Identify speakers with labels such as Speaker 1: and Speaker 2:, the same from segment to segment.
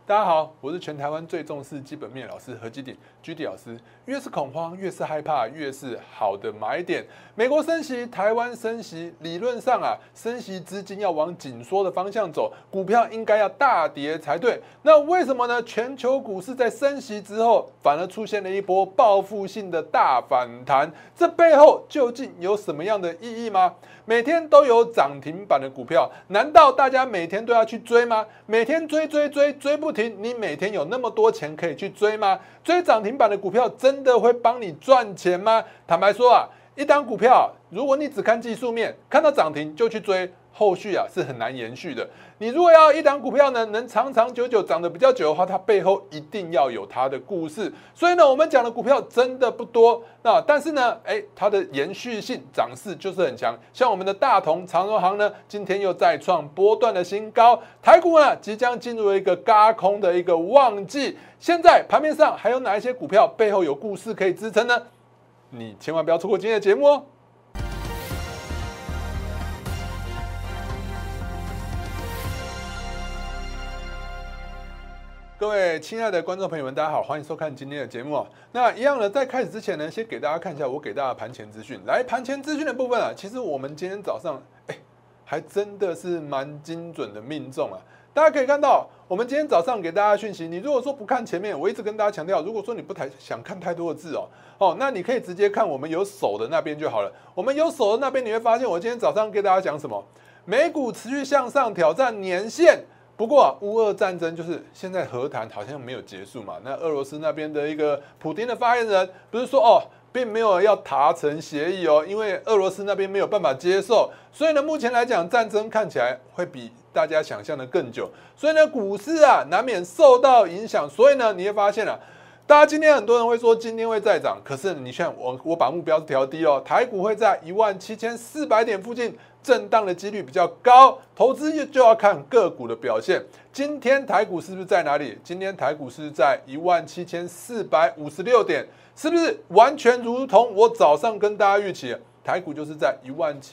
Speaker 1: 大家好，我是全台湾最重视基本面老师何基鼎 GD 老师。越是恐慌，越是害怕，越是好的买点。美国升息，台湾升息，理论上升息资金要往紧缩的方向走，股票应该要大跌才对。那为什么呢？全球股市在升息之后，反而出现了一波报复性的大反弹，这背后究竟有什么样的意义吗？每天都有涨停板的股票，难道大家每天都要去追吗？每天追不停，你每天有那么多钱可以去追吗？追涨停板的股票真的会帮你赚钱吗？坦白说一档股票如果你只看技术面，看到涨停就去追，后续是很难延续的。你如果要一档股票呢，能长长久久涨得比较久的话，它背后一定要有它的故事。所以呢，我们讲的股票真的不多，但是呢，它的延续性涨势就是很强。像我们的大同、长荣航呢，今天又再创波段的新高。台股呢，即将进入一个軋空的一个旺季。现在盘面上还有哪一些股票背后有故事可以支撑呢？你千万不要错过今天的节目哦。各位亲爱的观众朋友们，大家好，欢迎收看今天的节目。那一样的，在开始之前呢，先给大家看一下我给大家的盘前资讯。来，盘前资讯的部分其实我们今天早上还真的是蛮精准的命中大家可以看到，我们今天早上给大家的讯息，你如果说不看前面，我一直跟大家强调，如果说你不想看太多的字那你可以直接看我们有手的那边就好了。我们有手的那边，你会发现我今天早上给大家讲什么？美股持续向上挑战年线。不过乌俄战争就是现在和谈好像没有结束嘛。那俄罗斯那边的一个普丁的发言人不是说并没有要达成协议因为俄罗斯那边没有办法接受，所以呢，目前来讲战争看起来会比大家想象的更久，所以呢，股市难免受到影响。所以呢，你会发现大家今天很多人会说今天会再涨，可是你看我把目标调低台股会在17400点附近震荡的几率比较高，投资就要看个股的表现。今天台股是不是在哪里？今天台股是在17456点，是不是完全如同我早上跟大家预期的，台股就是在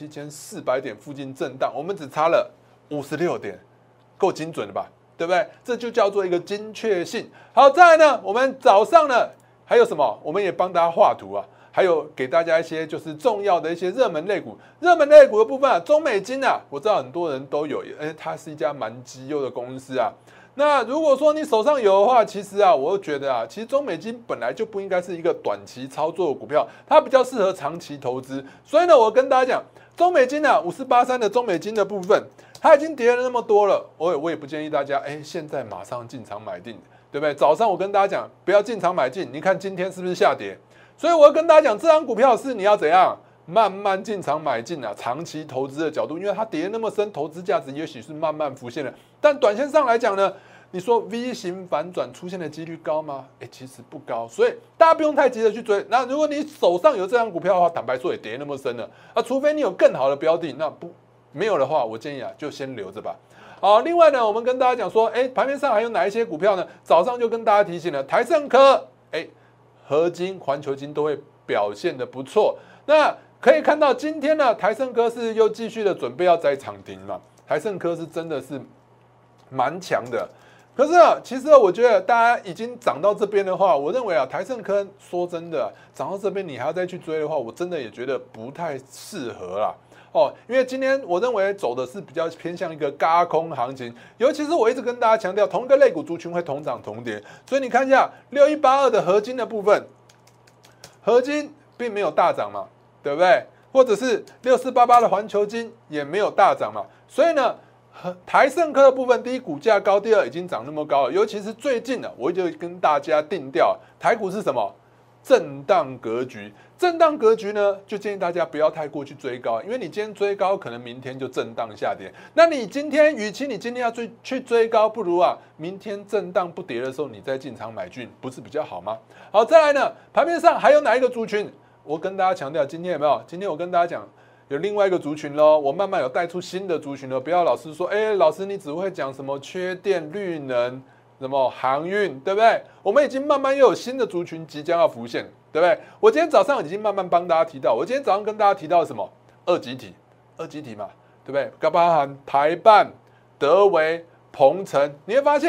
Speaker 1: 17400点附近震荡，我们只差了56点，够精准了吧？对不对？这就叫做一个精确性。好，再来呢，我们早上呢还有什么？我们也帮大家画图还有给大家一些就是重要的一些热门类股。热门类股的部分中美金我知道很多人都有，它是一家蛮绩优的公司那如果说你手上有的话，其实我觉得其实中美金本来就不应该是一个短期操作的股票，它比较适合长期投资。所以呢，我跟大家讲，中美金5483的中美金的部分，它已经跌了那么多了，我也不建议大家现在马上进场买进，对不对？早上我跟大家讲不要进场买进，你看今天是不是下跌？所以我要跟大家讲，这张股票是你要怎样慢慢进场买进长期投资的角度，因为它跌那么深，投资价值也许是慢慢浮现的。但短线上来讲呢，你说 V 型反转出现的几率高吗？其实不高，所以大家不用太急着去追。那如果你手上有这张股票的话，坦白说也跌那么深了除非你有更好的标的，那没有的话，我建议就先留着吧。好，另外呢，我们跟大家讲说，盘面上还有哪一些股票呢？早上就跟大家提醒了，台盛科，合金、环球金都会表现的不错。那可以看到今天呢，台盛科是又继续的准备要再涨停嘛。台盛科是真的是蛮强的。可是其实我觉得大家已经涨到这边的话，我认为台盛科说真的涨到这边，你还要再去追的话，我真的也觉得不太适合啦。因为今天我认为走的是比较偏向一个軋空行情，尤其是我一直跟大家强调，同一个类股族群会同涨同跌，所以你看一下6182的合金的部分，合金并没有大涨嘛，对不对？或者是6488的环球金也没有大涨嘛，所以呢，台盛科的部分，第一股价高，第二已经涨那么高了，尤其是最近我就跟大家定调，台股是什么？震荡格局，震荡格局呢，就建议大家不要太过去追高，因为你今天追高，可能明天就震荡下跌。那你今天，与其你今天要去追高，不如明天震荡不跌的时候，你再进场买进，不是比较好吗？好，再来呢，盘面上还有哪一个族群？我跟大家强调，今天有没有？今天我跟大家讲，有另外一个族群咯，我慢慢有带出新的族群了。不要老是说，老师你只会讲什么缺电、绿能。什么航运，对不对？我们已经慢慢又有新的族群即将要浮现，对不对？我今天早上已经慢慢帮大家提到，我今天早上跟大家提到什么？二极体嘛，对不对？包含台办、德微、鹏程，你会发现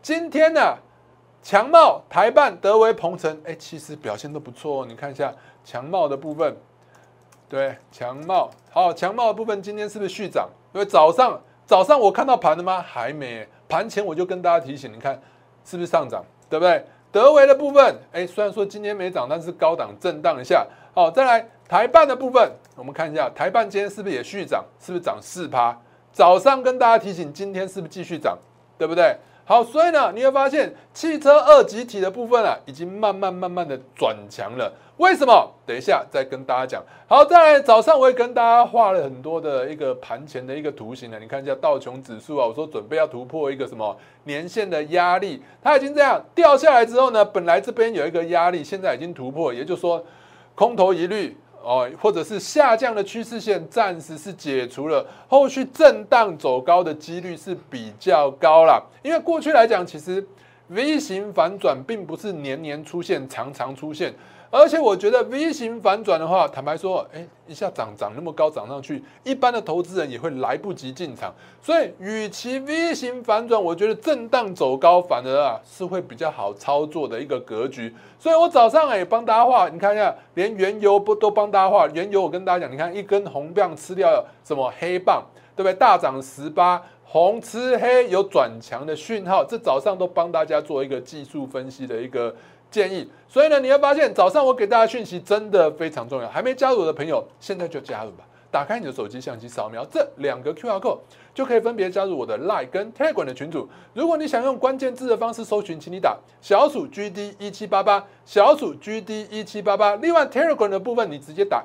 Speaker 1: 今天呢，强茂、台办、德微、鹏程，其实表现都不错哦。你看一下强茂的部分，对，强茂，好，强茂的部分今天是不是续涨？因为早上我看到盘了吗？还没，盘前我就跟大家提醒，你看是不是上涨，对不对？德微的部分，虽然说今天没涨，但是高档震荡一下。好，再来台办的部分，我们看一下台办今天是不是也续涨？是不是涨4%？早上跟大家提醒，今天是不是继续涨？对不对？好，所以呢，你会发现汽车二级体的部分啊，已经慢慢的转强了。为什么？等一下再跟大家讲。好，再来早上我也跟大家画了很多的一个盘前的一个图形了。你看一下道琼指数啊，我说准备要突破一个什么年线的压力，它已经这样掉下来之后呢，本来这边有一个压力，现在已经突破，也就是说空头疑虑。或者是下降的趋势线暂时是解除了，后续震荡走高的几率是比较高啦。因为过去来讲，其实 V 型反转并不是年年出现，常常出现。而且我觉得 V 型反转的话，坦白说，一下涨那么高涨上去，一般的投资人也会来不及进场。所以，与其 V 型反转，我觉得震荡走高反而是会比较好操作的一个格局。所以我早上也帮大家画，你看一下，连原油都帮大家画。原油我跟大家讲，你看一根红棒吃掉什么黑棒，对不对？大涨18%，红吃黑有转强的讯号，这早上都帮大家做一个技术分析的一个建议。所以呢，你会发现早上我给大家讯息真的非常重要。还没加入我的朋友，现在就加入吧。打开你的手机相机，扫描这2个 QR code， 就可以分别加入我的 Line 跟 Telegram 的群组。如果你想用关键字的方式搜寻，请你打小鼠 GD1788，小鼠 GD1788。另外 Telegram 的部分，你直接打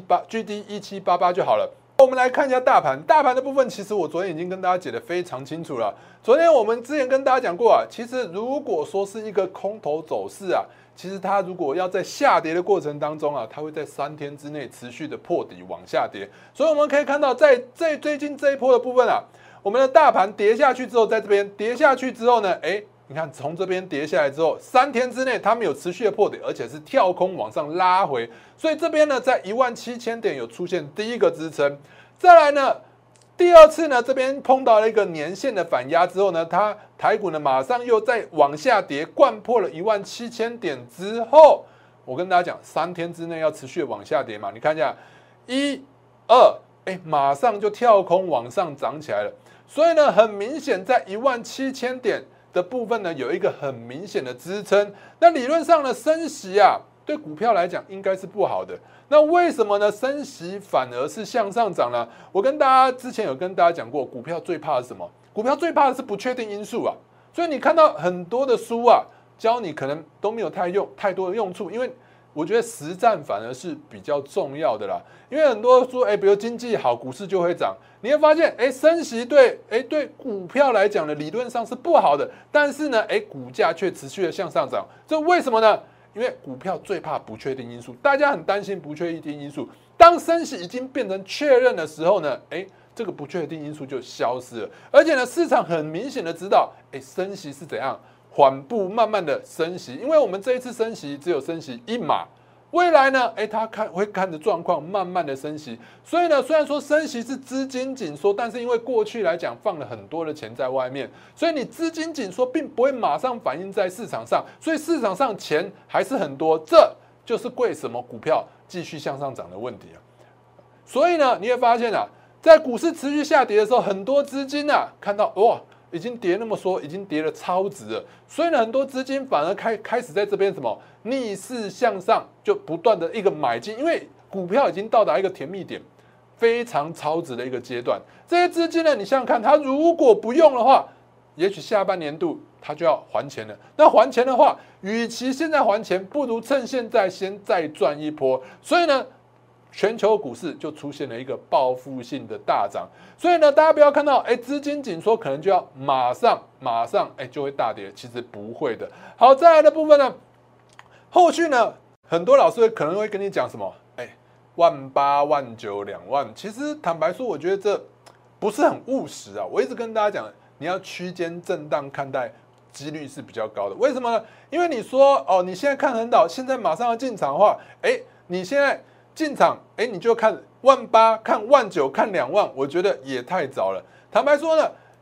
Speaker 1: GD1788就好了。我们来看一下大盘的部分，其实我昨天已经跟大家解得非常清楚了。昨天我们之前跟大家讲过啊，其实如果说是一个空头走势啊，其实它如果要在下跌的过程当中啊，它会在3天之内持续的破底往下跌。所以我们可以看到，在最近这一波的部分啊，我们的大盘跌下去之后，在这边跌下去之后呢，你看从这边跌下来之后，3天之内它们有持续的破底，而且是跳空往上拉回，所以这边呢在17000点有出现第一个支撑，再来呢第二次呢这边碰到了一个年线的反压之后呢，它台股呢马上又再往下跌，掼破了17000点之后，我跟大家讲3天之内要持续的往下跌嘛，你看一下1、2，马上就跳空往上涨起来了，所以呢很明显在17000点。的部分呢有一个很明显的支撑，那理论上呢升息啊对股票来讲应该是不好的，那为什么呢升息反而是向上涨呢？我跟大家之前有跟大家讲过，股票最怕的是什么？股票最怕的是不确定因素啊，所以你看到很多的书啊教你可能都没有太多的用处，因为我觉得实战反而是比较重要的啦，因为很多说，比如经济好，股市就会涨，你会发现，升息对股票来讲呢，理论上是不好的，但是呢，股价却持续的向上涨，这为什么呢？因为股票最怕不确定因素，大家很担心不确定因素，当升息已经变成确认的时候呢，这个不确定因素就消失了，而且呢，市场很明显的知道，升息是怎样。缓步慢慢的升息，因为我们这一次升息只有升息1码，未来呢，它会看着状况慢慢的升息，所以呢，虽然说升息是资金紧缩，但是因为过去来讲放了很多的钱在外面，所以你资金紧缩并不会马上反映在市场上，所以市场上钱还是很多，这就是为什么股票继续向上涨的问题啊。所以呢，你会发现啊，在股市持续下跌的时候，很多资金啊看到哇。已经跌那么说，已经跌了超值了，所以呢，很多资金反而开始在这边什么逆势向上，就不断的一个买进，因为股票已经到达一个甜蜜点，非常超值的一个阶段。这些资金呢，你想想看，它如果不用的话，也许下半年度它就要还钱了。那还钱的话，与其现在还钱，不如趁现在先再赚一波。所以呢。全球股市就出现了一个报复性的大涨，所以呢，大家不要看到资金紧缩可能就要马上就会大跌，其实不会的。好，再来的部分呢，后续呢，很多老师可能会跟你讲什么，18000、19000、2万，其实坦白说，我觉得这不是很务实啊。我一直跟大家讲，你要区间震荡看待，几率是比较高的。为什么呢？因为你说你现在看很倒，现在马上要进场的话，你现在。进场，你就看18000、看19000、看2万，我觉得也太早了。坦白说呢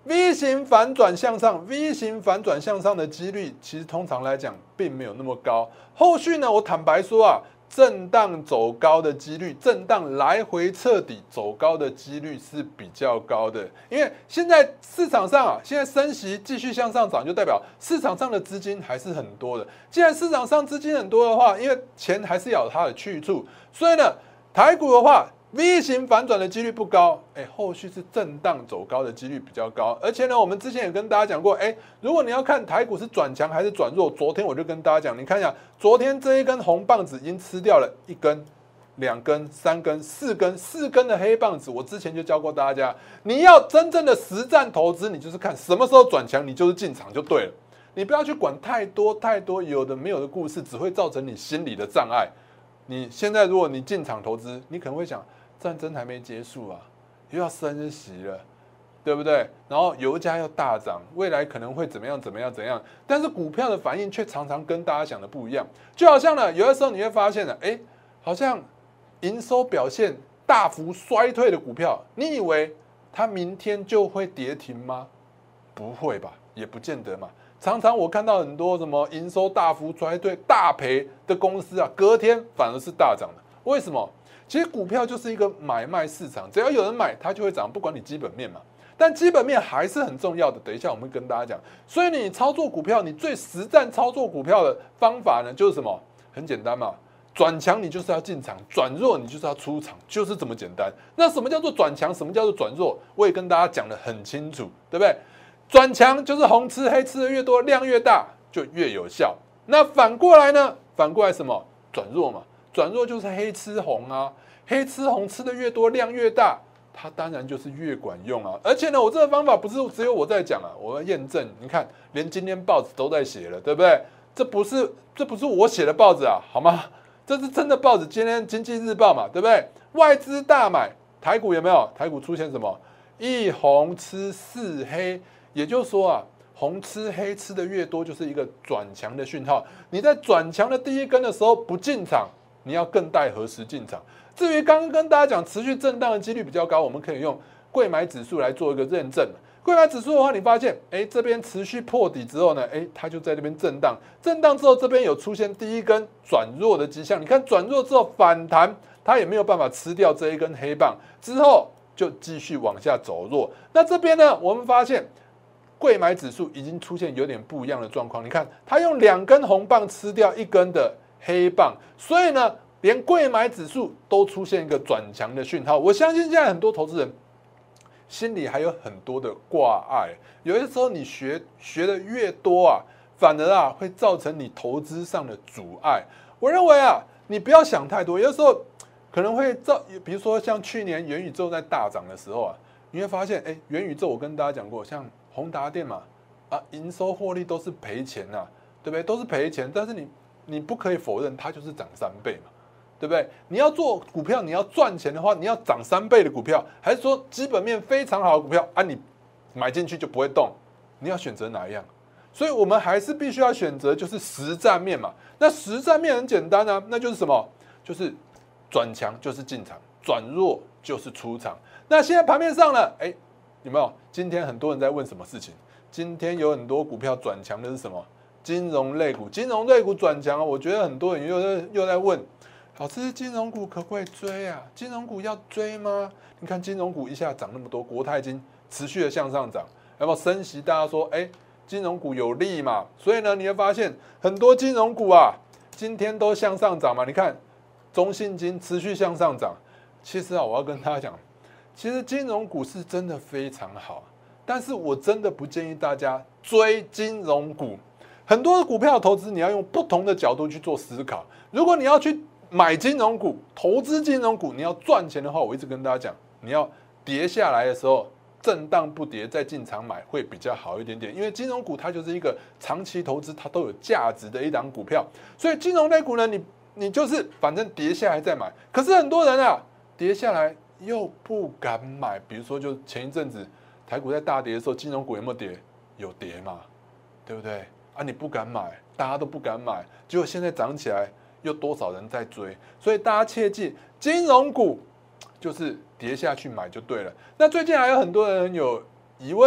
Speaker 1: V 型反转向上 ，V 型反转向上的几率，其实通常来讲并没有那么高。后续呢，我坦白说啊，震荡走高的几率，震荡来回彻底走高的几率是比较高的。因为现在市场上啊，现在升息继续向上涨，就代表市场上的资金还是很多的。既然市场上资金很多的话，因为钱还是要有它的去处，所以呢，台股的话。V 型反转的几率不高，后续是震荡走高的几率比较高，而且呢，我们之前也跟大家讲过，如果你要看台股是转强还是转弱，昨天我就跟大家讲，你看一下，昨天这一根红棒子已经吃掉了1根、2根、3根、4根的黑棒子，我之前就教过大家，你要真正的实战投资，你就是看什么时候转强，你就是进场就对了，你不要去管太多有的没有的故事，只会造成你心理的障碍。你现在如果你进场投资，你可能会想。战争还没结束啊，又要升息了，对不对？然后油价又大涨，未来可能会怎么样？但是股票的反应却常常跟大家想的不一样，就好像呢，有的时候你会发现呢，好像营收表现大幅衰退的股票，你以为它明天就会跌停吗？不会吧，也不见得嘛。常常我看到很多什么营收大幅衰退、大赔的公司啊，隔天反而是大涨的，为什么？其实股票就是一个买卖市场，只要有人买，它就会涨，不管你基本面嘛。但基本面还是很重要的，等一下我们会跟大家讲。所以你操作股票，你最实战操作股票的方法呢，就是什么？很简单嘛，转强你就是要进场，转弱你就是要出场，就是这么简单。那什么叫做转强？什么叫做转弱？我也跟大家讲得很清楚，对不对？转强就是红吃黑吃的越多，量越大就越有效。那反过来呢？反过来什么？转弱嘛。转弱就是黑吃红啊，黑吃红吃的越多，量越大，它当然就是越管用啊。而且呢，我这个方法不是只有我在讲啊，我要验证。你看，连今天报纸都在写了，对不对？这不是我写的报纸啊，好吗？这是真的报纸，今天《经济日报》嘛，对不对？外资大买台股有没有？台股出现什么？一红吃四黑，也就是说啊。红吃黑吃的越多，就是一个转强的讯号。你在转强的第一根的时候不进场，你要更待何时进场？至于刚刚跟大家讲持续震荡的几率比较高，我们可以用柜买指数来做一个认证。柜买指数的话，你发现，这边持续破底之后呢，它就在这边震荡，震荡之后这边有出现第一根转弱的迹象。你看转弱之后反弹，它也没有办法吃掉这一根黑棒，之后就继续往下走弱。那这边呢，我们发现。柜买指数已经出现有点不一样的状况，你看它用2根红棒吃掉1根的黑棒，所以呢，连柜买指数都出现一个转强的讯号。我相信现在很多投资人心里还有很多的挂碍，有些时候你学的越多啊，反而啊会造成你投资上的阻碍。我认为啊，你不要想太多，有的时候可能会比如说像去年元宇宙在大涨的时候啊，你会发现，元宇宙我跟大家讲过，像宏达电嘛，营收获利都是赔钱呐，对不对？都是赔钱，但是你不可以否认，它就是涨3倍嘛，对不对？你要做股票，你要赚钱的话，你要涨3倍的股票，还是说基本面非常好的股票啊？你买进去就不会动，你要选择哪一样？所以我们还是必须要选择就是实战面嘛。那实战面很简单啊，那就是什么？就是转强就是进场，转弱就是出场。那现在盘面上呢，有没有？今天很多人在问什么事情？今天有很多股票转强的是什么？金融类股，金融类股转强啊！我觉得很多人又在问，老师，金融股可不可以追啊？金融股要追吗？你看金融股一下涨那么多，国泰金持续的向上涨，有没有升息？大家说，金融股有利嘛？所以呢，你会发现很多金融股啊，今天都向上涨嘛。你看中信金持续向上涨，其实啊，我要跟大家讲。其实金融股是真的非常好，但是我真的不建议大家追金融股。很多的股票投资，你要用不同的角度去做思考。如果你要去买金融股、投资金融股，你要赚钱的话，我一直跟大家讲，你要跌下来的时候，震荡不跌再进场买会比较好一点点。因为金融股它就是一个长期投资，它都有价值的一档股票。所以金融类股呢，你就是反正跌下来再买。可是很多人啊，跌下来又不敢买，比如说就前一阵子台股在大跌的时候，金融股有没有跌？有跌嘛，对不对？你不敢买，大家都不敢买，结果现在涨起来，又多少人在追？所以大家切记，金融股就是跌下去买就对了。那最近还有很多人有疑问，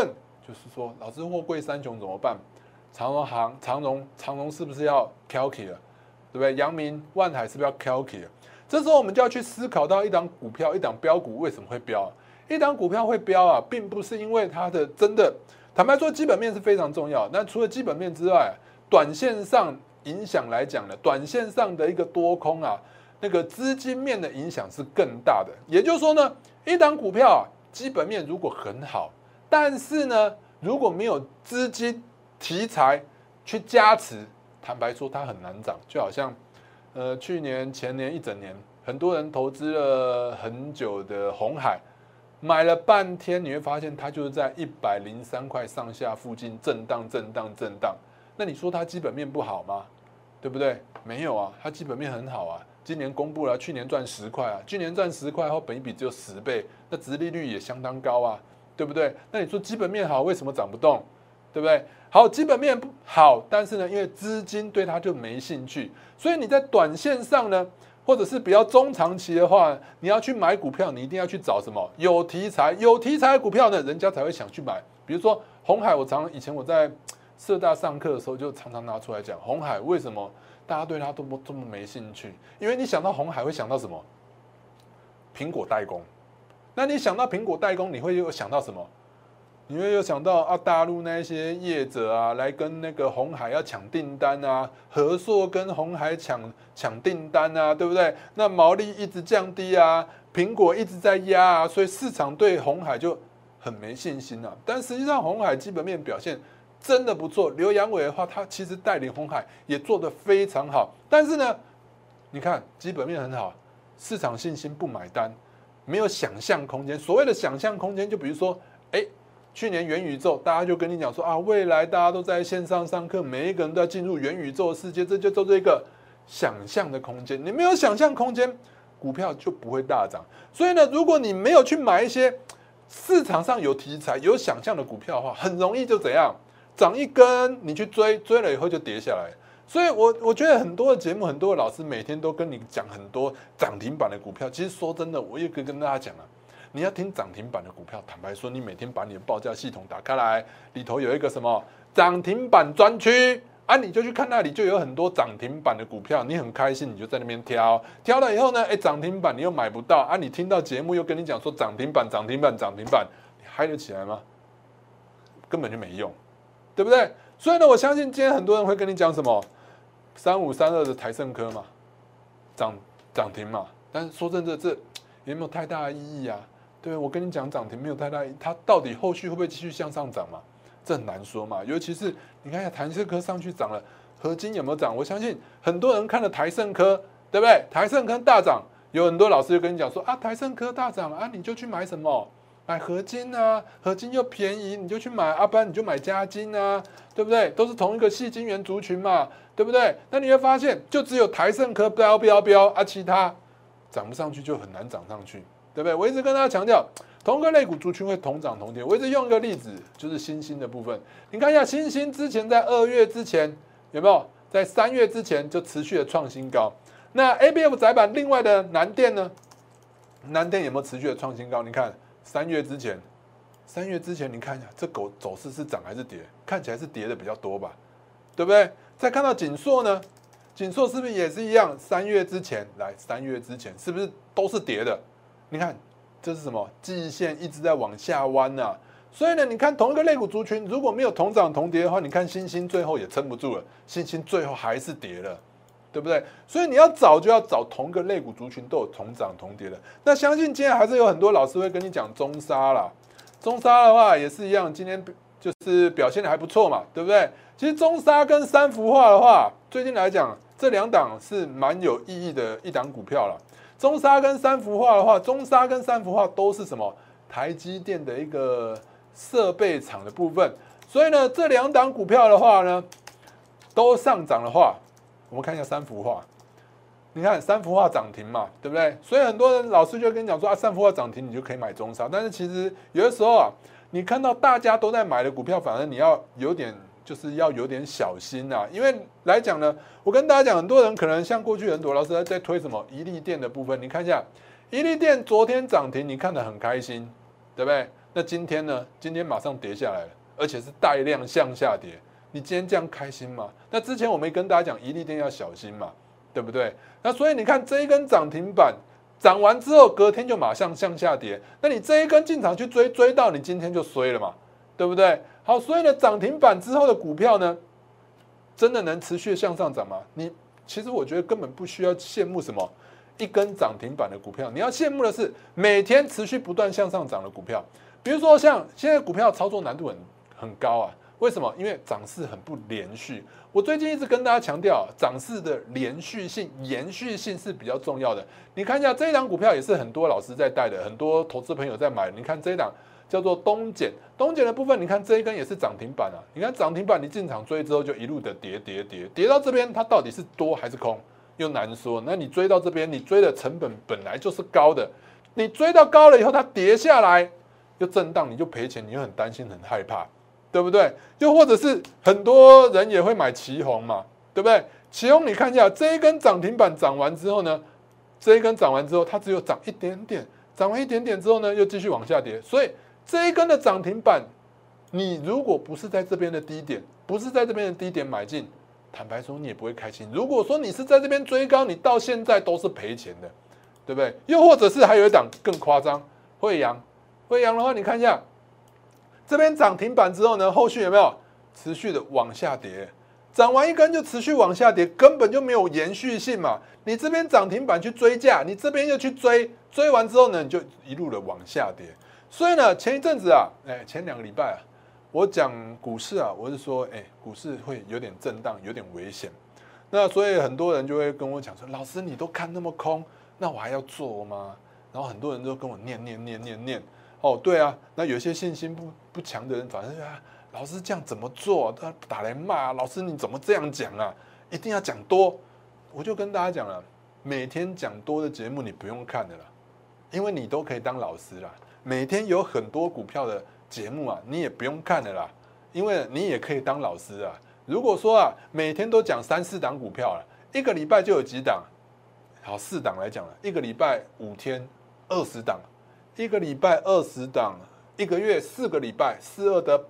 Speaker 1: 就是说，老师货柜三雄怎么办？长荣是不是要 calky 了？对不对？阳明、万海是不是要 calky 了？这时候我们就要去思考到一档股票、一档标股为什么会飙？一档股票会飙啊，并不是因为它的真的，坦白说，基本面是非常重要。那除了基本面之外，短线上影响来讲呢，短线上的一个多空啊，那个资金面的影响是更大的。也就是说呢，一档股票啊，基本面如果很好，但是呢，如果没有资金题材去加持，坦白说它很难涨。就好像去年前年一整年，很多人投资了很久的鸿海，买了半天，你会发现它就是在103块上下附近震荡。那你说它基本面不好吗？对不对？没有啊，它基本面很好啊。今年公布了，去年赚10块啊，去年赚10块后，本益比只有10倍，那殖利率也相当高啊，对不对？那你说基本面好，为什么涨不动？对不对？好，基本面不好，但是呢，因为资金对它就没兴趣，所以你在短线上呢，或者是比较中长期的话，你要去买股票，你一定要去找什么有题材的股票呢，人家才会想去买。比如说鸿海，以前我在社大上课的时候，就常常拿出来讲，鸿海为什么大家对它这么没兴趣？因为你想到鸿海会想到什么？苹果代工。那你想到苹果代工，你会又想到什么？你会又想到啊，大陆那些业者啊，来跟那个鸿海要抢订单啊，和硕跟鸿海抢订单啊，对不对？那毛利一直降低啊，苹果一直在压啊，所以市场对鸿海就很没信心啊。但实际上，鸿海基本面表现真的不错。刘扬伟的话，他其实带领鸿海也做得非常好。但是呢，你看基本面很好，市场信心不买单，没有想象空间。所谓的想象空间，就比如说，去年元宇宙，大家就跟你讲说啊，未来大家都在线上上课，每一个人都要进入元宇宙的世界，这就叫做一个想象的空间。你没有想象空间，股票就不会大涨。所以呢，如果你没有去买一些市场上有题材、有想象的股票的话，很容易就怎样，涨一根你去追了以后就跌下来。所以我觉得很多的节目，很多的老师每天都跟你讲很多涨停板的股票。其实说真的，我也可以跟大家讲啊。你要听涨停板的股票，坦白说，你每天把你的报价系统打开来，里头有一个什么涨停板专区啊，你就去看那里就有很多涨停板的股票，你很开心，你就在那边挑了以后呢，涨停板你又买不到啊，你听到节目又跟你讲说涨停板，你嗨得起来吗？根本就没用，对不对？所以呢，我相信今天很多人会跟你讲什么3532的台盛科嘛，涨停嘛，但是说真的，这也没有太大的意义啊。对，我跟你讲涨停没有太大意义，它到底后续会不会继续向上涨嘛？这很难说嘛。尤其是你看一下台盛科上去涨了，合金有没有涨？我相信很多人看了台盛科，对不对？台盛科大涨，有很多老师就跟你讲说啊，台盛科大涨啊，你就去买什么？买合金啊，合金又便宜，你就去买啊，不然你就买嘉金啊，对不对？都是同一个矽晶圆族群嘛，对不对？那你会发现，就只有台盛科飙啊，其他涨不上去就很难涨上去。对不对？我一直跟大家强调，同个类股族群会同涨同跌。我一直用一个例子，就是新兴的部分。你看一下新兴之前在2月之前有没有？在3月之前就持续的创新高。那 ABF 载板另外的南电呢？南电有没有持续的创新高？你看3月之前你看一下这走势是涨还是跌？看起来是跌的比较多吧，对不对？再看到锦硕呢？锦硕是不是也是一样？3月之前是不是都是跌的？你看，这是什么？季线一直在往下弯啊！所以呢，你看同一个类股族群，如果没有同涨同跌的话，你看新兴最后也撑不住了，新兴最后还是跌了，对不对？所以你要找就要找同一个类股族群都有同涨同跌的。那相信今天还是有很多老师会跟你讲中砂啦，中砂的话也是一样，今天就是表现的还不错嘛，对不对？其实中砂跟三福化的话，最近来讲，这2档是蛮有意义的一档股票了。中砂跟三福化的话，中砂跟三福化都是什么？台积电的一个设备厂的部分。所以呢，这2档股票的话呢，都上涨的话，我们看一下三福化。你看三福化涨停嘛，对不对？所以很多人老师就跟你讲说啊，三福化涨停你就可以买中砂。但是其实有的时候啊，你看到大家都在买的股票，反而你要有点小心啊，因为来讲呢，我跟大家讲，很多人可能像过去很多老师在推什么怡利电的部分，你看一下怡利电昨天涨停，你看得很开心，对不对？那今天呢？今天马上跌下来了， 而且是带量向下跌，你今天这样开心吗？那之前我们跟大家讲，一利电要小心嘛，对不对？那所以你看这一根涨停板涨完之后，隔天就马上向下跌，那你这一根进场去追到，你今天就衰了嘛，对不对？好，所以呢，涨停板之后的股票呢，真的能持续向上涨吗？其实我觉得根本不需要羡慕什么一根涨停板的股票，你要羡慕的是每天持续不断向上涨的股票。比如说像现在股票操作难度很高啊，为什么？因为涨势很不连续。我最近一直跟大家强调，涨势的连续性、延续性是比较重要的。你看一下这一档股票也是很多老师在带的，很多投资朋友在买。你看这一档叫做东碱的部分，你看这一根也是涨停板啊。你看涨停板，你进场追之后就一路的跌到这边，它到底是多还是空，又难说。那你追到这边，你追的成本本来就是高的，你追到高了以后，它跌下来又震荡，你就赔钱，你又很担心、很害怕。对不对？又或者是很多人也会买奇鋐嘛，对不对？奇鋐你看一下，这一根涨停板涨完之后呢，这一根涨完之后，它只有涨一点点，涨完一点点之后呢，又继续往下跌。所以这一根的涨停板，你如果不是在这边的低点，不是在这边的低点买进，坦白说你也不会开心。如果说你是在这边追高，你到现在都是赔钱的，对不对？又或者是还有一档更夸张，惠阳的话，你看一下。这边涨停板之后呢，后续有没有持续的往下跌？涨完一根就持续往下跌，根本就没有延续性嘛。你这边涨停板去追价，你这边又去追完之后呢，你就一路的往下跌。所以呢，前一阵子啊，前2个礼拜啊，我讲股市啊，我是说，股市会有点震荡，有点危险。那所以很多人就会跟我讲说，老师你都看那么空，那我还要做吗？然后很多人都跟我念。哦，对啊，那有些信心不强的人，反正啊，老师这样怎么做？他打来骂，老师你怎么这样讲啊？一定要讲多，我就跟大家讲了，每天讲多的节目你不用看的啦，因为你都可以当老师啦。每天有很多股票的节目啊，你也不用看的啦，因为你也可以当老师啊。如果说啊，每天都讲3、4档股票了，一个礼拜就有几档？好，4档来讲了，一个礼拜5天20档。一个礼拜20档，一个月4个礼拜，42得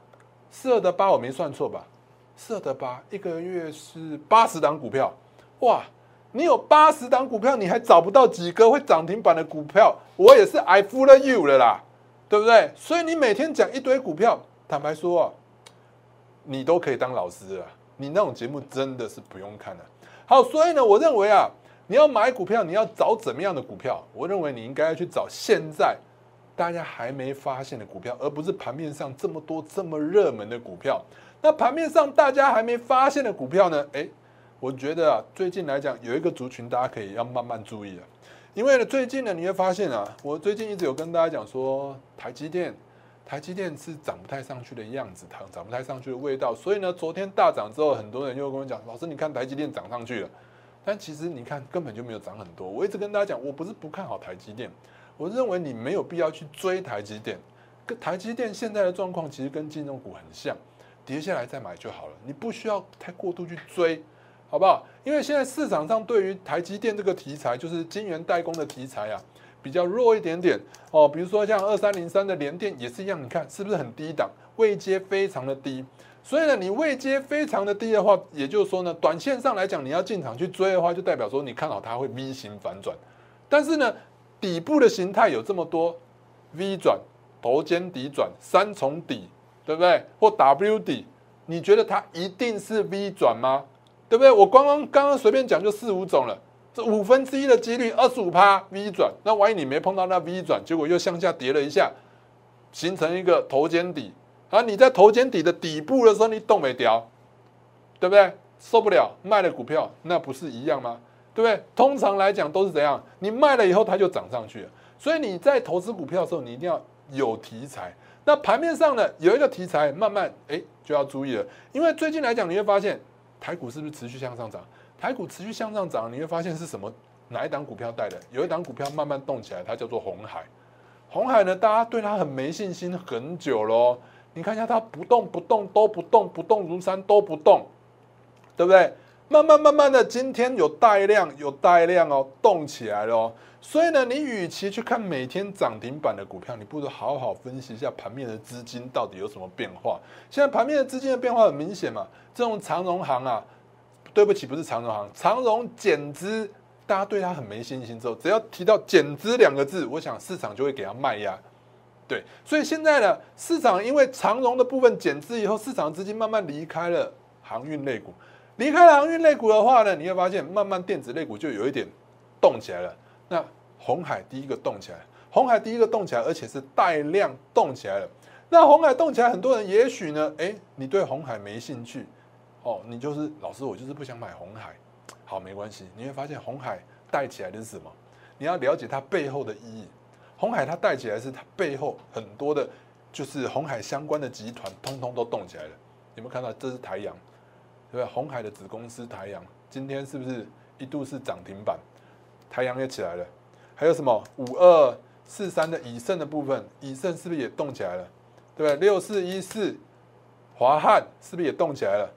Speaker 1: 8，42得8，我没算错吧？42得8，一个月是80档股票，哇！你有80档股票，你还找不到几个会涨停板的股票，我也是 I fool you 了啦，对不对？所以你每天讲一堆股票，坦白说啊，你都可以当老师了，你那种节目真的是不用看了。好，所以呢，我认为啊。你要买股票，你要找怎么样的股票？我认为你应该要去找现在大家还没发现的股票，而不是盘面上这么多这么热门的股票。那盘面上大家还没发现的股票呢？我觉得啊，最近来讲有一个族群大家可以要慢慢注意了，因为呢，最近呢你会发现啊，我最近一直有跟大家讲说，台积电是涨不太上去的样子，涨不太上去的味道。所以呢，昨天大涨之后，很多人又跟我讲，老师你看台积电涨上去了。但其实你看，根本就没有涨很多。我一直跟大家讲，我不是不看好台积电，我认为你没有必要去追台积电。跟台积电现在的状况其实跟金融股很像，跌下来再买就好了，你不需要太过度去追，好不好？因为现在市场上对于台积电这个题材，就是晶圆代工的题材啊，比较弱一点点哦。比如说像2303的联电也是一样，你看是不是很低档，位阶非常的低。所以呢，你位阶非常的低的话，也就是说呢，短线上来讲，你要进场去追的话，就代表说你看好它会 V 型反转。但是呢，底部的形态有这么多 V 转、头肩底转、3重底，对不对？或 W 底，你觉得它一定是 V 转吗？对不对？我刚刚随便讲就4、5种了，这1/5的几率，25% V 转。那万一你没碰到那 V 转，结果又向下跌了一下，形成一个头肩底。你在头肩底的底部的时候，你动没掉，对不对？受不了，卖了股票，那不是一样吗？对不对？通常来讲都是怎样？你卖了以后，它就涨上去了。所以你在投资股票的时候，你一定要有题材。那盘面上呢，有一个题材，慢慢就要注意了，因为最近来讲，你会发现台股是不是持续向上涨？台股持续向上涨，你会发现是什么？哪一档股票带的？有一档股票慢慢动起来，它叫做鸿海。鸿海呢，大家对它很没信心很久咯。你看一下它不动如山都不动，对不对？慢慢的，今天有带量哦，动起来了哦。 所以呢，你与其去看每天涨停板的股票，你不如好好分析一下盘面的资金到底有什么变化。现在盘面的资金的变化很明显嘛，这种长荣行啊，对不起，不是长荣行，长荣减资，大家对它很没信心之后，只要提到减资2个字，我想市场就会给它卖压。对，所以现在呢，市场因为长荣的部分减资以后，市场资金慢慢离开了航运类股，离开了航运类股的话呢，你会发现慢慢电子类股就有一点动起来了。那鸿海第一个动起来，鸿海第一个动起来，而且是带量动起来了。那鸿海动起来，很多人也许呢，你对鸿海没兴趣，你就是老师，我就是不想买鸿海。好，没关系，你会发现鸿海带起来的是什么？你要了解它背后的意义。鸿海它带起来是它背后很多的，就是鸿海相关的集团，通通都动起来了。有没有看到？这是台阳，对不对？鸿海的子公司台阳，今天是不是一度是涨停板？台阳也起来了。还有什么5243的以盛的部分，以盛是不是也动起来了？对不对？6414华汉是不是也动起来了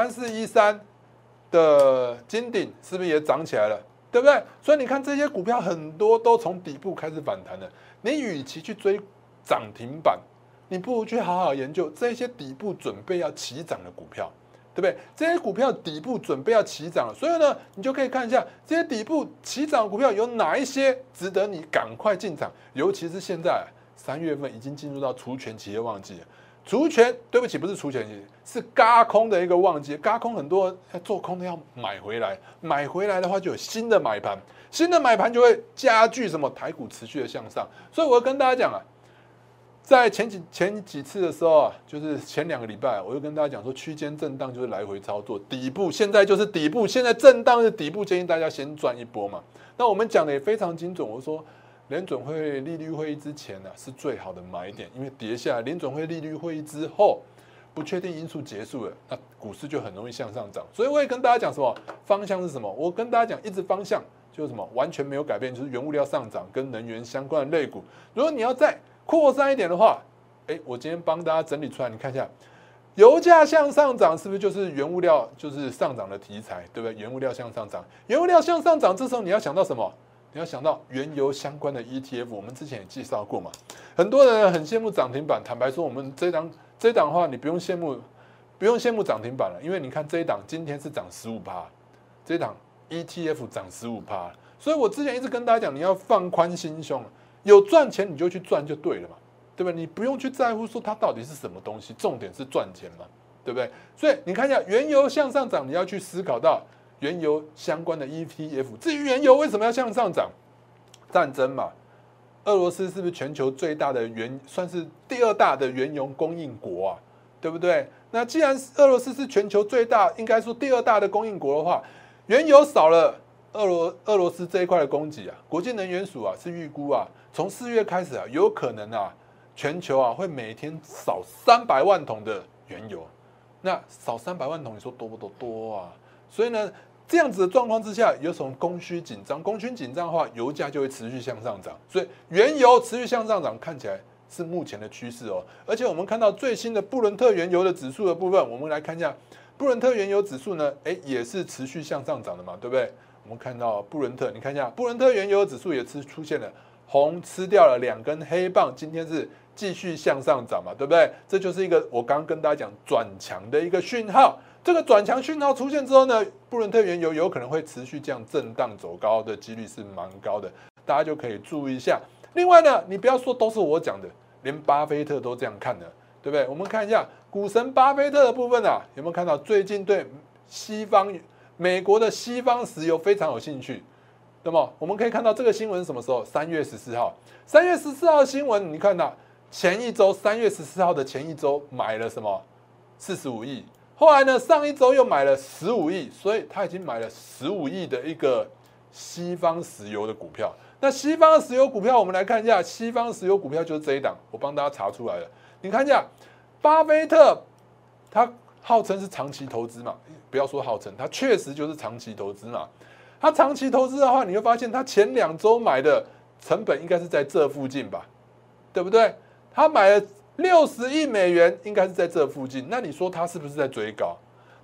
Speaker 1: ？3413的金鼎是不是也涨起来了？对不对？所以你看这些股票很多都从底部开始反弹了。你与其去追涨停板，你不如去好好研究这些底部准备要起涨的股票。对不对？这些股票底部准备要起涨了，所以呢，你就可以看一下这些底部起涨的股票有哪一些值得你赶快进场。尤其是现在3月份已经进入到除权期的旺季了，除权，对不起，不是除权期，是轧空的一个旺季。轧空很多做空的要买回来，买回来的话就有新的买盘，新的买盘就会加剧什么台股持续的向上。所以我要跟大家讲啊。在前几次的时候啊，就是前2个礼拜，我就跟大家讲说，区间震荡就是来回操作，底部现在就是底部，现在震荡是底部，建议大家先赚一波嘛。那我们讲的也非常精准，我说联准会利率会议之前呢，是最好的买点，因为跌下来，联准会利率会议之后，不确定因素结束了，那股市就很容易向上涨。所以我也跟大家讲什么方向是什么，我跟大家讲一直方向就是什么完全没有改变，就是原物料上涨跟能源相关的类股。如果你要再扩散一点的话，我今天帮大家整理出来，你看一下，油价向上涨是不是就是原物料就是上涨的题材，对不对？原物料向上涨，原物料向上涨，这时候你要想到什么？你要想到原油相关的 ETF， 我们之前也介绍过嘛。很多人很羡慕涨停板，坦白说，我们这档的话，你不用羡慕涨停板了，因为你看这一档今天是涨15%，这一档 ETF 涨15%，所以我之前一直跟大家讲，你要放宽心胸。有赚钱你就去赚就对了嘛，对不对？你不用去在乎说它到底是什么东西，重点是赚钱嘛，对不对？所以你看一下原油向上涨，你要去思考到原油相关的 ETF。至于原油为什么要向上涨，战争嘛，俄罗斯是不是全球最大的算是第2大的原油供应国啊，对不对？那既然俄罗斯是全球最大，应该说第2大的供应国的话，原油少了。俄罗斯这一块的供给啊，国际能源署啊是预估啊，从4月开始啊，有可能啊，全球啊会每天少300万桶的原油。那少300万桶，你说多不多？多啊！所以呢，这样子的状况之下，有什么供需紧张？供需紧张的话，油价就会持续向上涨。所以原油持续向上涨，看起来是目前的趋势哦。而且我们看到最新的布伦特原油的指数的部分，我们来看一下布伦特原油指数呢，也是持续向上涨的嘛，对不对？我们看到布伦特，你看一下布伦特原油指数也是出现了红吃掉了2根黑棒，今天是继续向上涨嘛，对不对？这就是一个我刚刚跟大家讲转强的一个讯号。这个转强讯号出现之后呢，布伦特原油有可能会持续这样震荡走高的几率是蛮高的，大家就可以注意一下。另外呢，你不要说都是我讲的，连巴菲特都这样看的，对不对？我们看一下股神巴菲特的部分啊，有没有看到最近对美国的西方石油非常有兴趣？那么我们可以看到这个新闻是什么时候？3月14号，3月14号的新闻，你看到前一周3月14号的前一周买了什么？45亿，后来呢上一周又买了15亿，所以他已经买了15亿的一个西方石油的股票。那西方的石油股票，我们来看一下，西方石油股票就是这一档，我帮大家查出来了。你看一下，巴菲特他号称是长期投资嘛，不要说号称，他确实就是长期投资嘛。他长期投资的话，你会发现他前2周买的成本应该是在这附近吧，对不对？他买了60亿美元，应该是在这附近。那你说他是不是在追高？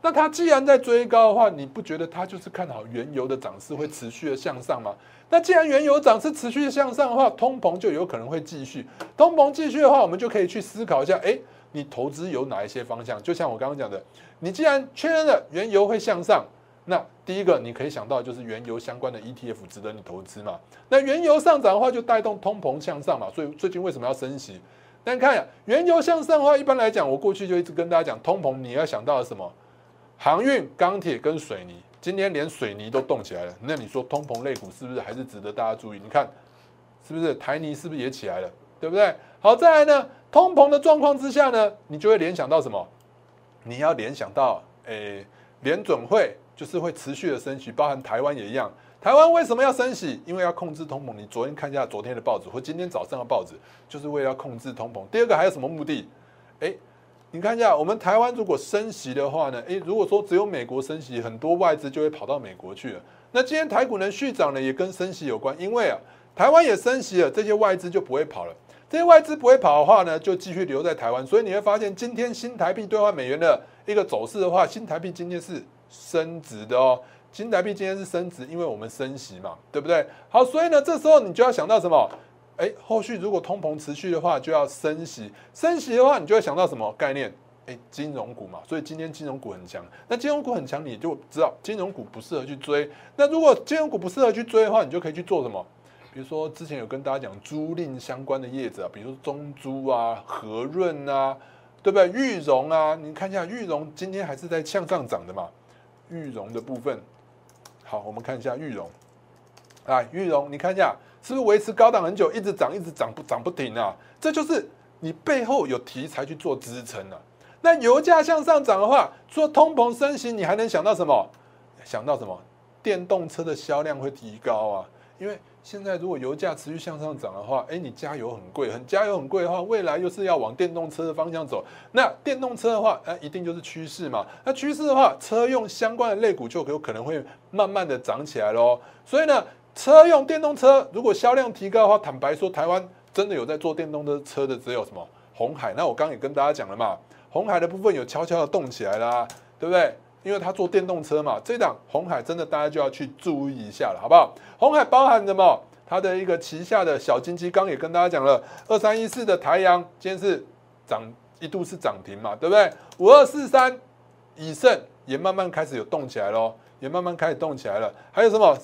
Speaker 1: 那它既然在追高的话，你不觉得它就是看好原油的涨势会持续的向上吗？那既然原油涨势持续的向上的话，通膨就有可能会继续。通膨继续的话，我们就可以去思考一下，你投资有哪一些方向？就像我刚刚讲的，你既然确认了原油会向上，那第一个你可以想到就是原油相关的 ETF 值得你投资嘛。那原油上涨的话，就带动通膨向上嘛。所以最近为什么要升息？但看原油向上的话，一般来讲，我过去就一直跟大家讲，通膨你要想到的什么？航运、钢铁跟水泥，今天连水泥都动起来了，那你说通膨类股是不是还是值得大家注意？你看是不是台泥是不是也起来了，对不对？好，再来呢，通膨的状况之下呢，你就会联想到什么？你要联想到，联准会就是会持续的升息，包含台湾也一样。台湾为什么要升息？因为要控制通膨。你昨天看一下昨天的报纸或今天早上的报纸，就是为了要控制通膨。第二个还有什么目的？你看一下，我们台湾如果升息的话呢，如果说只有美国升息，很多外资就会跑到美国去了。那今天台股能续涨呢，也跟升息有关，因为台湾也升息了，这些外资就不会跑了。这些外资不会跑的话呢，就继续留在台湾。所以你会发现，今天新台币兑换美元的一个走势的话，新台币今天是升值的哦。新台币今天是升值，因为我们升息嘛，对不对？好，所以呢，这时候你就要想到什么？后续如果通膨持续的话，就要升息。升息的话，你就会想到什么概念？金融股嘛，所以今天金融股很强。那金融股很强，你就知道金融股不适合去追。那如果金融股不适合去追的话，你就可以去做什么？比如说之前有跟大家讲租赁相关的业者，比如说中租啊、和润啊，对不对？裕隆啊，你看一下裕隆今天还是在向上涨的嘛。裕隆的部分，好，我们看一下裕隆。裕隆，你看一下。是不是维持高档很久，一直涨，一直涨不停啊？这就是你背后有题材去做支撑啊。那油价向上涨的话，除了通膨升息，你还能想到什么？想到什么？电动车的销量会提高啊。因为现在如果油价持续向上涨的话，你加油很贵，加油很贵的话，未来又是要往电动车的方向走。那电动车的话，一定就是趋势嘛。那趋势的话，车用相关的类股就有可能会慢慢的涨起来咯。所以呢，车用电动车如果销量提高的话，坦白说，台湾真的有在做电动车的只有什么鸿海。那我刚刚也跟大家讲了嘛，鸿海的部分有悄悄的动起来啦，对不对？因为它做电动车嘛，这档鸿海真的大家就要去注意一下了，好不好？鸿海包含什么？它的一个旗下的小金鸡，刚也跟大家讲了，2314的台阳今天是一度是涨停嘛，对不对？5243以盛也慢慢开始有动起来咯。也慢慢开始动起来了，还有什么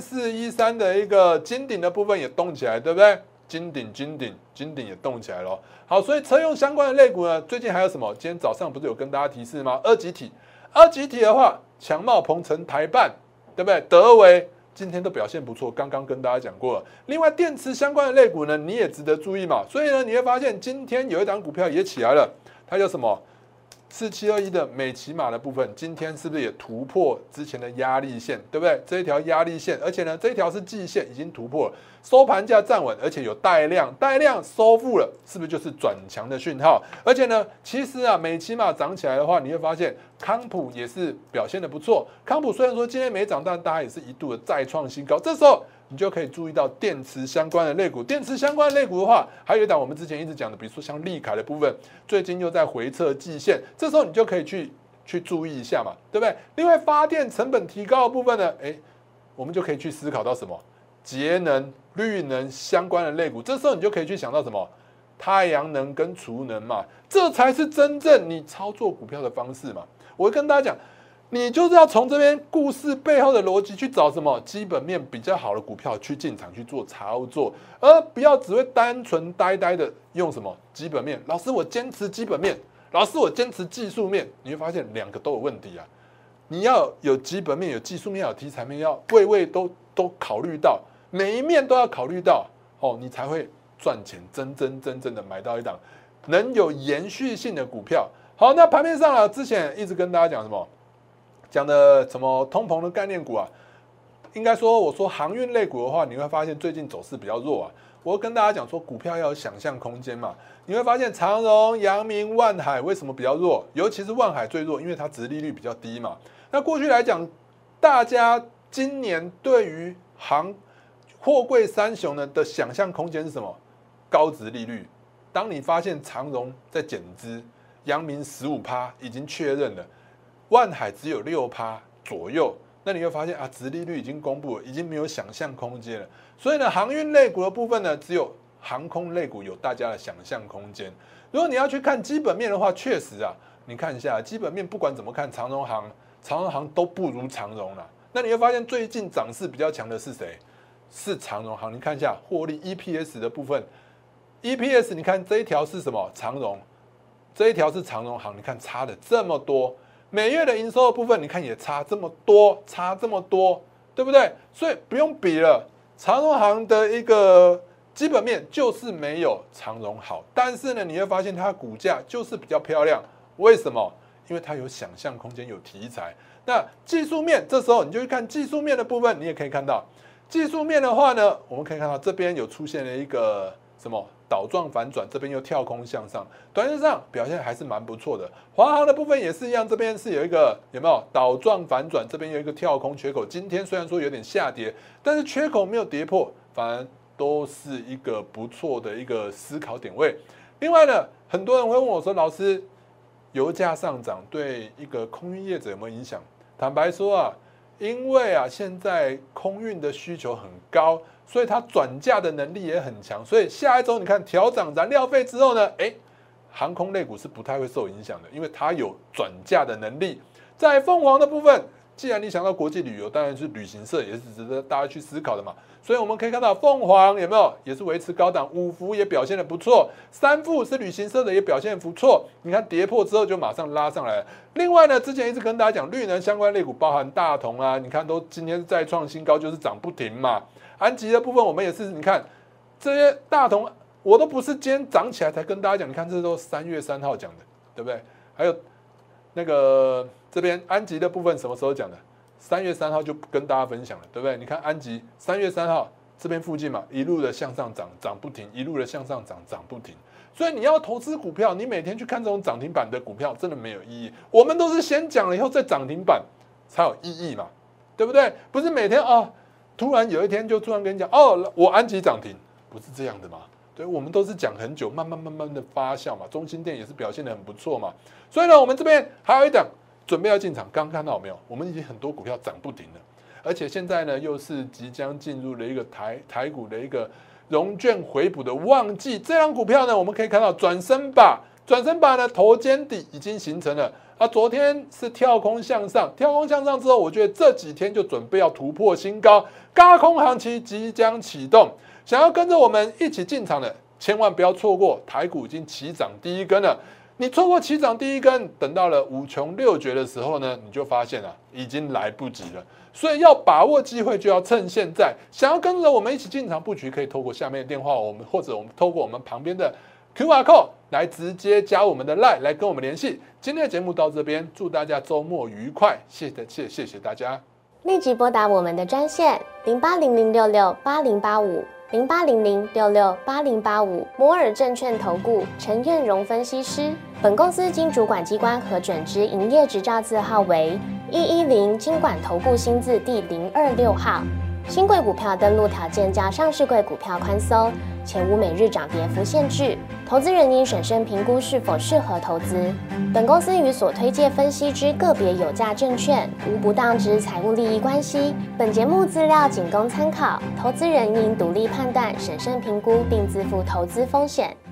Speaker 1: 3413的一个金鼎的部分也动起来，对不对？金鼎也动起来了。好，所以车用相关的类股呢，最近还有什么？今天早上不是有跟大家提示吗？二级体的话，强茂、鹏程、台半，对不对？德微今天都表现不错，刚刚跟大家讲过了。另外，电池相关的类股呢，你也值得注意嘛。所以呢，你会发现今天有一档股票也起来了，它叫什么？4721的美骑马的部分，今天是不是也突破之前的压力线，对不对？这一条压力线，而且呢，这一条是季线，已经突破了，收盘价站稳，而且有带量收复了，是不是就是转强的讯号？而且呢，其实美骑马涨起来的话，你会发现康普也是表现的不错。康普虽然说今天没涨，但大家也是一度的再创新高。这时候你就可以注意到电池相关的类股。电池相关的类股的话，还有一档我们之前一直讲的，比如说像利凯的部分，最近又在回测季线，这时候你就可以去注意一下嘛，对不对？另外，发电成本提高的部分呢，我们就可以去思考到什么节能、绿能相关的类股。这时候你就可以去想到什么太阳能跟储能嘛，这才是真正你操作股票的方式嘛。我会跟大家讲。你就是要从这边故事背后的逻辑去找什么基本面比较好的股票去进场去做操作，而不要只会单纯呆的用什么基本面。老师，我坚持基本面，老师，我坚持技术面，你会发现两个都有问题啊。你要有基本面，有技术面，有题材面，要位都考虑到，每一面都要考虑到你才会赚钱，真正的买到一档能有延续性的股票。好，那盘面上之前一直跟大家讲什么？讲的什么通膨的概念股啊？应该说，我说航运类股的话，你会发现最近走势比较弱啊。我会跟大家讲说，股票要有想象空间嘛。你会发现长荣、阳明、万海为什么比较弱？尤其是万海最弱，因为它殖利率比较低嘛。那过去来讲，大家今年对于货柜三雄呢的想象空间是什么？高殖利率。当你发现长荣在减资，阳明15%已经确认了。 万海只有6%左右，那你会发现啊，殖利率已经公布了，已经没有想象空间了。所以呢，航运类股的部分呢，只有航空类股有大家的想象空间。如果你要去看基本面的话，确实啊，你看一下基本面，不管怎么看，长荣航都不如长荣啦。那你会发现最近涨势比较强的是谁？是长荣航。你看一下获利 EPS 的部分 ，EPS 你看这一条是什么？长荣，这一条是长荣航，你看差的这么多。每月的营收的部分，你看也差这么多，对不对？所以不用比了。长荣航的一个基本面就是没有长荣好，但是呢，你会发现它的股价就是比较漂亮。为什么？因为它有想象空间，有题材。那技术面，这时候你就去看技术面的部分，你也可以看到，技术面的话呢，我们可以看到这边有出现了一个什么倒状反转，这边又跳空向上，短线上表现还是蛮不错的。华航的部分也是一样，这边是有没有倒状反转，这边有一个跳空缺口。今天虽然说有点下跌，但是缺口没有跌破，反而都是一个不错的一个思考点位。另外呢，很多人会问我说，老师，油价上涨对一个空运业者有没有影响？坦白说啊，因为啊现在空运的需求很高，所以它转嫁的能力也很强。所以下一周你看调涨燃料费之后呢，航空类股是不太会受影响的，因为它有转嫁的能力。在凤凰的部分，既然你想到国际旅游，当然是旅行社也是值得大家去思考的嘛。所以我们可以看到凤凰有没有也是维持高档，五福也表现得不错，三富是旅行社的也表现得不错。你看跌破之后就马上拉上来了。另外呢，之前一直跟大家讲绿能相关类股，包含大同啊，你看都今天再创新高，就是涨不停嘛。安吉的部分我们也是，你看这些大同我都不是今天涨起来才跟大家讲，你看这都3月3号讲的，对不对？还有那个这边安吉的部分什么时候讲的？3月3号就跟大家分享了，对不对？你看安吉3月3号这边附近嘛，一路的向上涨，涨不停，一路的向上涨，涨不停。所以你要投资股票，你每天去看这种涨停板的股票，真的没有意义。我们都是先讲了以后再涨停板才有意义嘛，对不对？不是每天突然有一天就突然跟你讲我安吉涨停，不是这样的嘛？对，我们都是讲很久，慢慢的发酵嘛。中兴电也是表现得很不错嘛。所以呢，我们这边还有一档准备要进场，刚看到没有？我们已经很多股票涨不停了，而且现在呢又是即将进入了一个台股的一个融券回补的旺季。这档股票呢，我们可以看到转身把呢头肩底已经形成了。昨天是跳空向上之后，我觉得这几天就准备要突破新高，軋空行情即将启动。想要跟着我们一起进场的，千万不要错过，台股已经起涨第一根了。你错过起涨第一根，等到了五穷六绝的时候呢，你就发现已经来不及了。所以要把握机会，就要趁现在。想要跟着我们一起进场布局，可以透过下面的电话，或者我们透过我们旁边的 QR code 来直接加我们的 LINE 来跟我们联系。今天的节目到这边，祝大家周末愉快，谢谢大家。
Speaker 2: 立即拨打我们的专线0800668085。0800668085，摩尔证券投顾陈彦荣分析师。本公司经主管机关核准之营业执照字号为110金管投顾新字第026号。新贵股票登录条件较上市贵股票宽松，且无每日涨跌幅限制。投资人应审慎评估是否适合投资。本公司与所推介分析之个别有价证券无不当之财务利益关系。本节目资料仅供参考，投资人应独立判断、审慎评估并自负投资风险。